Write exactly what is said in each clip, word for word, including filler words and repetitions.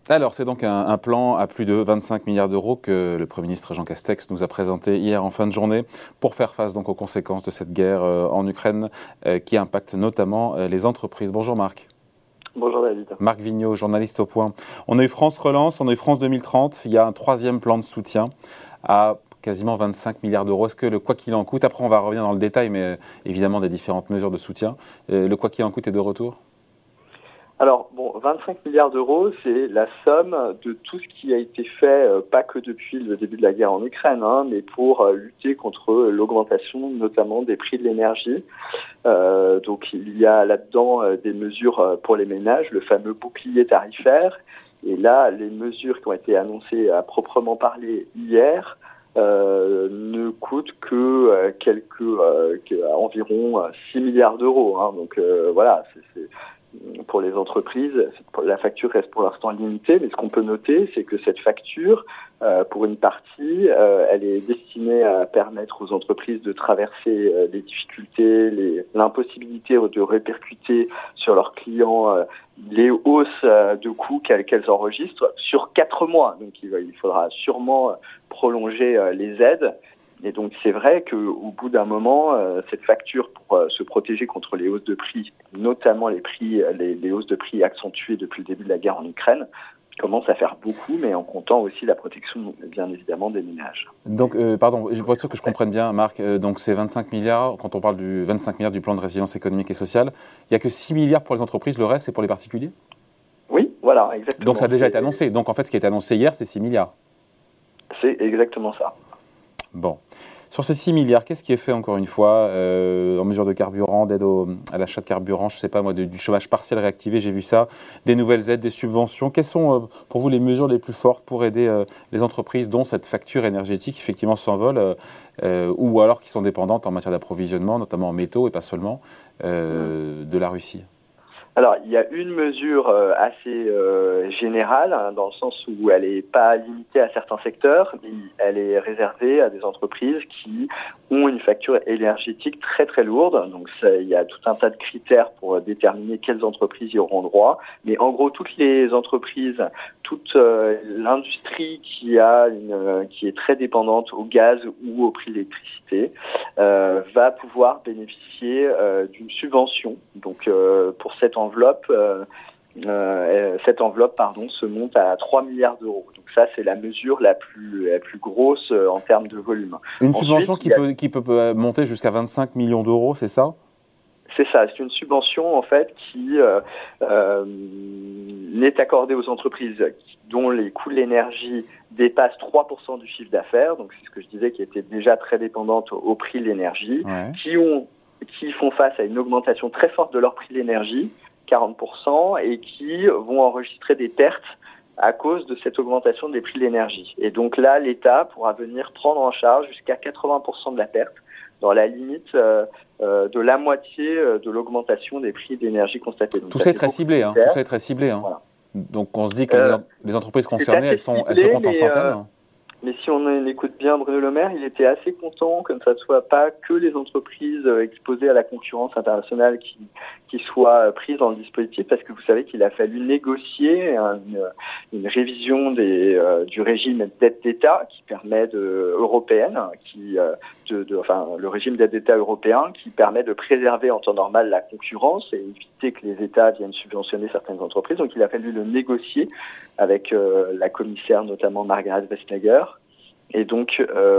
Alors, c'est donc un, un plan à plus de vingt-cinq milliards d'euros que le Premier ministre Jean Castex nous a présenté hier en fin de journée pour faire face donc aux conséquences de cette guerre euh, en Ukraine euh, qui impacte notamment euh, les entreprises. Bonjour Marc. Bonjour David. Marc Vigneault, journaliste au Point. On a eu France Relance, on a eu France deux mille trente. Il y a un troisième plan de soutien à quasiment vingt-cinq milliards d'euros. Est-ce que le quoi qu'il en coûte, après on va revenir dans le détail, mais euh, évidemment des différentes mesures de soutien, euh, le quoi qu'il en coûte est de retour? Alors, bon, vingt-cinq milliards d'euros, c'est la somme de tout ce qui a été fait, euh, pas que depuis le début de la guerre en Ukraine, hein, mais pour euh, lutter contre l'augmentation notamment des prix de l'énergie. Euh, donc, il y a là-dedans euh, des mesures euh, pour les ménages, le fameux bouclier tarifaire. Et là, les mesures qui ont été annoncées à proprement parler hier euh, ne coûtent que euh, quelques, euh, que, environ six milliards d'euros. Hein. Donc, euh, voilà, c'est... c'est pour les entreprises, la facture reste pour l'instant limitée, mais ce qu'on peut noter, c'est que cette facture, euh, pour une partie, euh, elle est destinée à permettre aux entreprises de traverser euh, les difficultés, les, l'impossibilité de répercuter sur leurs clients euh, les hausses euh, de coûts qu'elles, qu'elles enregistrent sur quatre mois. Donc il, il faudra sûrement prolonger euh, les aides. Et donc c'est vrai qu'au bout d'un moment, euh, cette facture pour euh, se protéger contre les hausses de prix, notamment les prix, les, les hausses de prix accentuées depuis le début de la guerre en Ukraine, commence à faire beaucoup, mais en comptant aussi la protection, bien évidemment, des ménages. Donc, euh, pardon, pour être sûr que je comprenne bien, Marc, euh, donc c'est vingt-cinq milliards, quand on parle du vingt-cinq milliards du plan de résilience économique et sociale, il n'y a que six milliards pour les entreprises, le reste c'est pour les particuliers? Oui, voilà, exactement. Donc ça a déjà été annoncé. Donc en fait, ce qui a été annoncé hier, c'est six milliards. C'est exactement ça. Bon. Sur ces six milliards, qu'est-ce qui est fait encore une fois euh, en mesure de carburant, d'aide au, à l'achat de carburant, je ne sais pas moi, de, du chômage partiel réactivé, j'ai vu ça, des nouvelles aides, des subventions. Quelles sont euh, pour vous les mesures les plus fortes pour aider euh, les entreprises dont cette facture énergétique effectivement s'envole euh, euh, ou alors qui sont dépendantes en matière d'approvisionnement, notamment en métaux et pas seulement, euh, mmh. de la Russie? Alors, il y a une mesure euh, assez euh, générale, hein, dans le sens où elle n'est pas limitée à certains secteurs, mais elle est réservée à des entreprises qui ont une facture énergétique très très lourde. Donc, ça, il y a tout un tas de critères pour déterminer quelles entreprises y auront droit. Mais en gros, toutes les entreprises, toute euh, l'industrie qui a une, qui est très dépendante au gaz ou au prix de l'électricité euh, va pouvoir bénéficier euh, d'une subvention. Donc, euh, pour cette enveloppe, euh, euh, cette enveloppe pardon, se monte à trois milliards d'euros. Donc ça, c'est la mesure la plus, la plus grosse euh, en termes de volume. Une Ensuite, subvention qui, a... peut, qui peut monter jusqu'à vingt-cinq millions d'euros, c'est ça ? C'est ça, c'est une subvention en fait qui euh, euh, n'est accordée aux entreprises dont les coûts de l'énergie dépassent trois pour cent du chiffre d'affaires. Donc c'est ce que je disais, qui étaient déjà très dépendantes au, au prix de l'énergie, ouais. qui ont qui font face à une augmentation très forte de leur prix de l'énergie, quarante pour cent, et qui vont enregistrer des pertes à cause de cette augmentation des prix de l'énergie. Et donc là, l'État pourra venir prendre en charge jusqu'à quatre-vingts pour cent de la perte, dans la limite euh, euh, de la moitié de l'augmentation des prix d'énergie constatée. Donc tout ça, ça est très ciblé, hein. Tout ça est très ciblé. Hein. Voilà. Donc on se dit que euh, les entreprises concernées, elles, sont, ciblé, elles se comptent en centaines. Euh, Mais si on écoute bien Bruno Le Maire, il était assez content que ça ne soit pas que les entreprises exposées à la concurrence internationale qui, qui soient prises dans le dispositif, parce que vous savez qu'il a fallu négocier une, une révision des, euh, du régime d'aide d'État qui permet de, européenne, qui, de, de, enfin le régime d'aide d'État européen qui permet de préserver en temps normal la concurrence et éviter que les États viennent subventionner certaines entreprises. Donc il a fallu le négocier avec euh, la commissaire, notamment Margrethe Vestager. Et donc,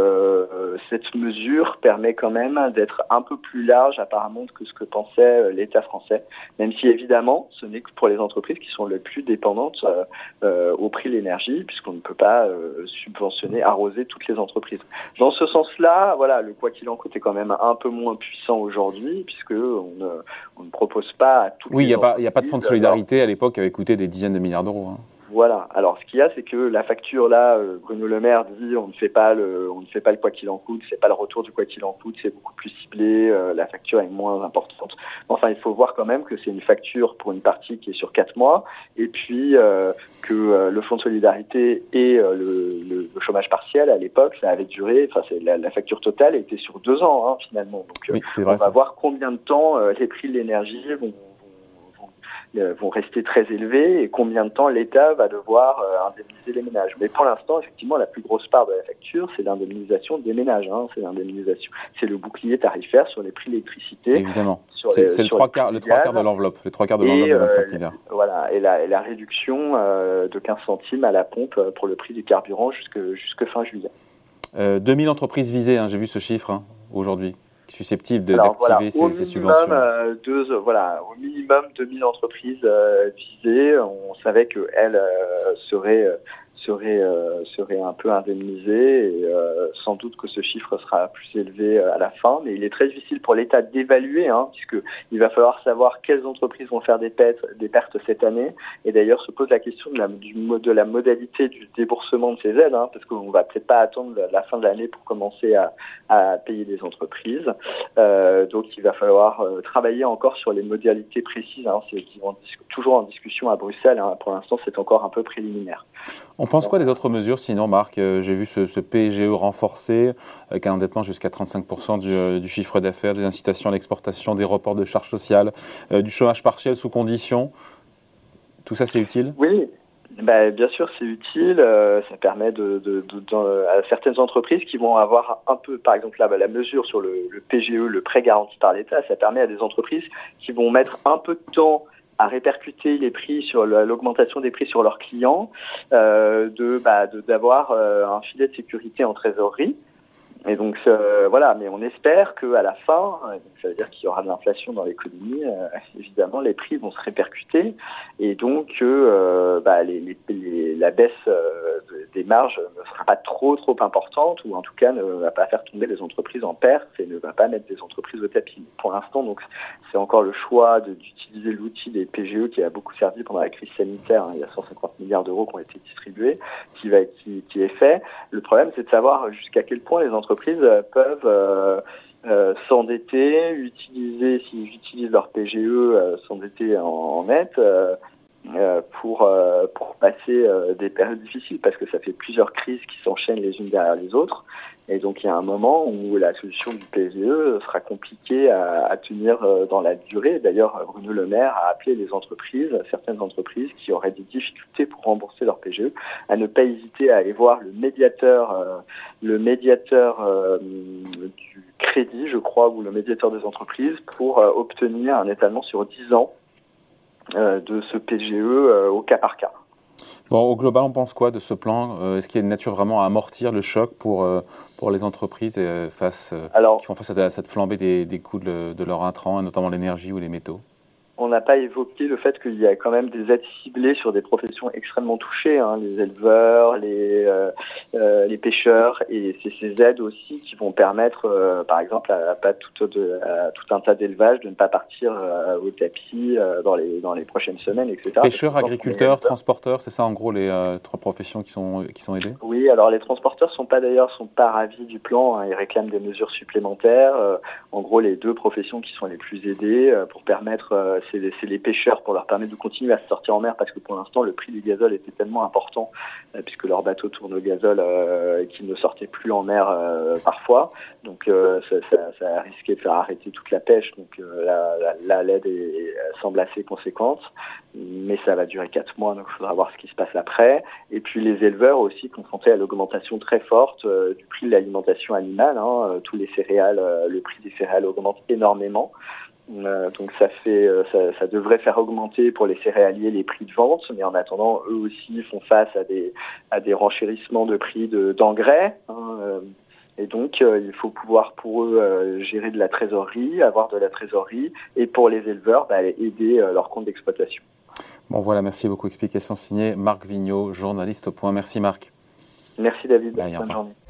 euh, cette mesure permet quand même d'être un peu plus large apparemment que ce que pensait l'État français, même si évidemment, ce n'est que pour les entreprises qui sont les plus dépendantes euh, euh, au prix de l'énergie, puisqu'on ne peut pas euh, subventionner, arroser toutes les entreprises. Dans ce sens-là, voilà, le quoi qu'il en coûte est quand même un peu moins puissant aujourd'hui, puisque on ne, on ne propose pas à toutes oui, les entreprises... Oui, il n'y a pas de fonds de solidarité à l'époque qui avait coûté des dizaines de milliards d'euros. Hein. Voilà. Alors, ce qu'il y a, c'est que la facture, là, euh, Bruno Le Maire dit, on ne fait pas le, on ne fait pas le quoi qu'il en coûte, c'est pas le retour du quoi qu'il en coûte, c'est beaucoup plus ciblé, euh, la facture est moins importante. Enfin, il faut voir quand même que c'est une facture pour une partie qui est sur quatre mois, et puis euh, que euh, le fonds de solidarité et euh, le, le, le chômage partiel à l'époque, ça avait duré. Enfin, c'est la, la facture totale était sur deux ans, hein, finalement. Donc, oui, euh, vrai, on va ça. voir combien de temps euh, les prix de l'énergie vont euh, vont rester très élevés et combien de temps l'État va devoir euh, indemniser les ménages. Mais pour l'instant, effectivement, la plus grosse part de la facture, c'est l'indemnisation des ménages. Hein, c'est l'indemnisation, c'est le bouclier tarifaire sur les prix de l'électricité. Évidemment. C'est, c'est le trois quarts, les trois quarts de l'enveloppe, les trois quarts de l'enveloppe et, de vingt-cinq euh, milliards. Voilà, et la, et la réduction euh, de quinze centimes à la pompe pour le prix du carburant jusque, jusque fin juillet. Euh, deux mille entreprises visées, hein, j'ai vu ce chiffre hein, aujourd'hui, susceptibles de, Alors, d'activer voilà, ces, au ces minimum, subventions. euh, deux, voilà, au minimum deux mille entreprises euh, visées. On savait qu'elles euh, seraient, euh, seraient, euh, seraient un peu indemnisées et euh, sans doute que ce chiffre sera plus élevé à la fin. Mais il est très difficile pour l'État d'évaluer, hein, puisqu'il va falloir savoir quelles entreprises vont faire des pertes, des pertes cette année. Et d'ailleurs, se pose la question de la, du, de la modalité du déboursement de ces aides, hein, parce qu'on ne va peut-être pas attendre la fin de l'année pour commencer à, à payer des entreprises. Euh, donc, il va falloir euh, travailler encore sur les modalités précises, hein, c'est, qui vont dis- toujours en discussion à Bruxelles. Hein. Pour l'instant, c'est encore un peu préliminaire. On pense quoi des autres mesures sinon, Marc? euh, J'ai vu ce, ce P G E renforcé, avec un endettement jusqu'à trente-cinq pour cent du, euh, du chiffre d'affaires, des incitations à l'exportation, des reports de charges sociales, euh, du chômage partiel sous conditions. Tout ça, c'est utile? Oui. Ben, bien sûr, c'est utile. Euh, ça permet de, de, de, de, à certaines entreprises qui vont avoir un peu, par exemple, la, la mesure sur le, le P G E, le prêt garanti par l'État, ça permet à des entreprises qui vont mettre un peu de temps à répercuter les prix sur la, l'augmentation des prix sur leurs clients, euh, de, bah, de, d'avoir euh, un filet de sécurité en trésorerie. Et donc euh, voilà, mais on espère qu'à la fin, donc ça veut dire qu'il y aura de l'inflation dans l'économie, euh, évidemment les prix vont se répercuter et donc euh, bah, les, les, les, la baisse euh, des marges ne sera pas trop trop importante ou en tout cas ne va pas faire tomber les entreprises en perte et ne va pas mettre des entreprises au tapis. Pour l'instant, donc c'est encore le choix de, d'utiliser l'outil des P G E qui a beaucoup servi pendant la crise sanitaire. Hein, il y a cent cinquante milliards d'euros qui ont été distribués, qui va être, qui, qui est fait. Le problème, c'est de savoir jusqu'à quel point les entreprises peuvent euh, euh, s'endetter, utiliser, s'ils utilisent leur P G E, euh, s'endetter en, en net euh, euh, pour, euh, pour passer euh, des périodes difficiles, parce que ça fait plusieurs crises qui s'enchaînent les unes derrière les autres. Et donc il y a un moment où la solution du P G E sera compliquée à, à tenir dans la durée. D'ailleurs, Bruno Le Maire a appelé les entreprises, certaines entreprises qui auraient des difficultés pour rembourser leur P G E, à ne pas hésiter à aller voir le médiateur, euh, le médiateur euh, du crédit, je crois, ou le médiateur des entreprises, pour euh, obtenir un étalement sur dix ans euh, de ce P G E euh, au cas par cas. Bon, au global, on pense quoi de ce plan? euh, Est-ce qu'il y a une nature vraiment à amortir le choc pour, euh, pour les entreprises euh, face, euh, Alors, qui font face à cette flambée des, des coûts de, de leurs intrants, notamment l'énergie ou les métaux? On n'a pas évoqué le fait qu'il y a quand même des aides ciblées sur des professions extrêmement touchées, hein, les éleveurs, les, euh, euh, les pêcheurs, et c'est ces aides aussi qui vont permettre, euh, par exemple, à, à, pas tout, de, à tout un tas d'élevages de ne pas partir euh, au tapis euh, dans, les, dans les prochaines semaines, et cetera. Pêcheurs, agriculteurs, transporteurs, c'est ça en gros les euh, trois professions qui sont, qui sont aidées? Oui, alors les transporteurs sont pas d'ailleurs sont pas ravis du plan, hein, ils réclament des mesures supplémentaires. Euh, en gros, les deux professions qui sont les plus aidées euh, pour permettre euh, C'est les, c'est les pêcheurs pour leur permettre de continuer à se sortir en mer, parce que pour l'instant le prix du gazole était tellement important euh, puisque leurs bateaux tournent au gazole euh, et qu'ils ne sortaient plus en mer euh, parfois, donc euh, ça, ça, ça a risqué de faire arrêter toute la pêche, donc euh, là, là, là l'aide est, est, semble assez conséquente, mais ça va durer quatre mois, donc il faudra voir ce qui se passe après. Et puis les éleveurs aussi confrontés à l'augmentation très forte euh, du prix de l'alimentation animale, hein, euh, tous les céréales, euh, le prix des céréales augmente énormément. Euh, donc ça fait, euh, ça, ça devrait faire augmenter pour les céréaliers les prix de vente, mais en attendant, eux aussi font face à des à des renchérissements de prix de, d'engrais. Hein, euh, et donc euh, il faut pouvoir pour eux euh, gérer de la trésorerie, avoir de la trésorerie, et pour les éleveurs, bah, aider euh, leur compte d'exploitation. Bon voilà, merci beaucoup. Explication signée Marc Vigneault, journaliste au Point. Merci Marc. Merci David. Bye, bonne journée.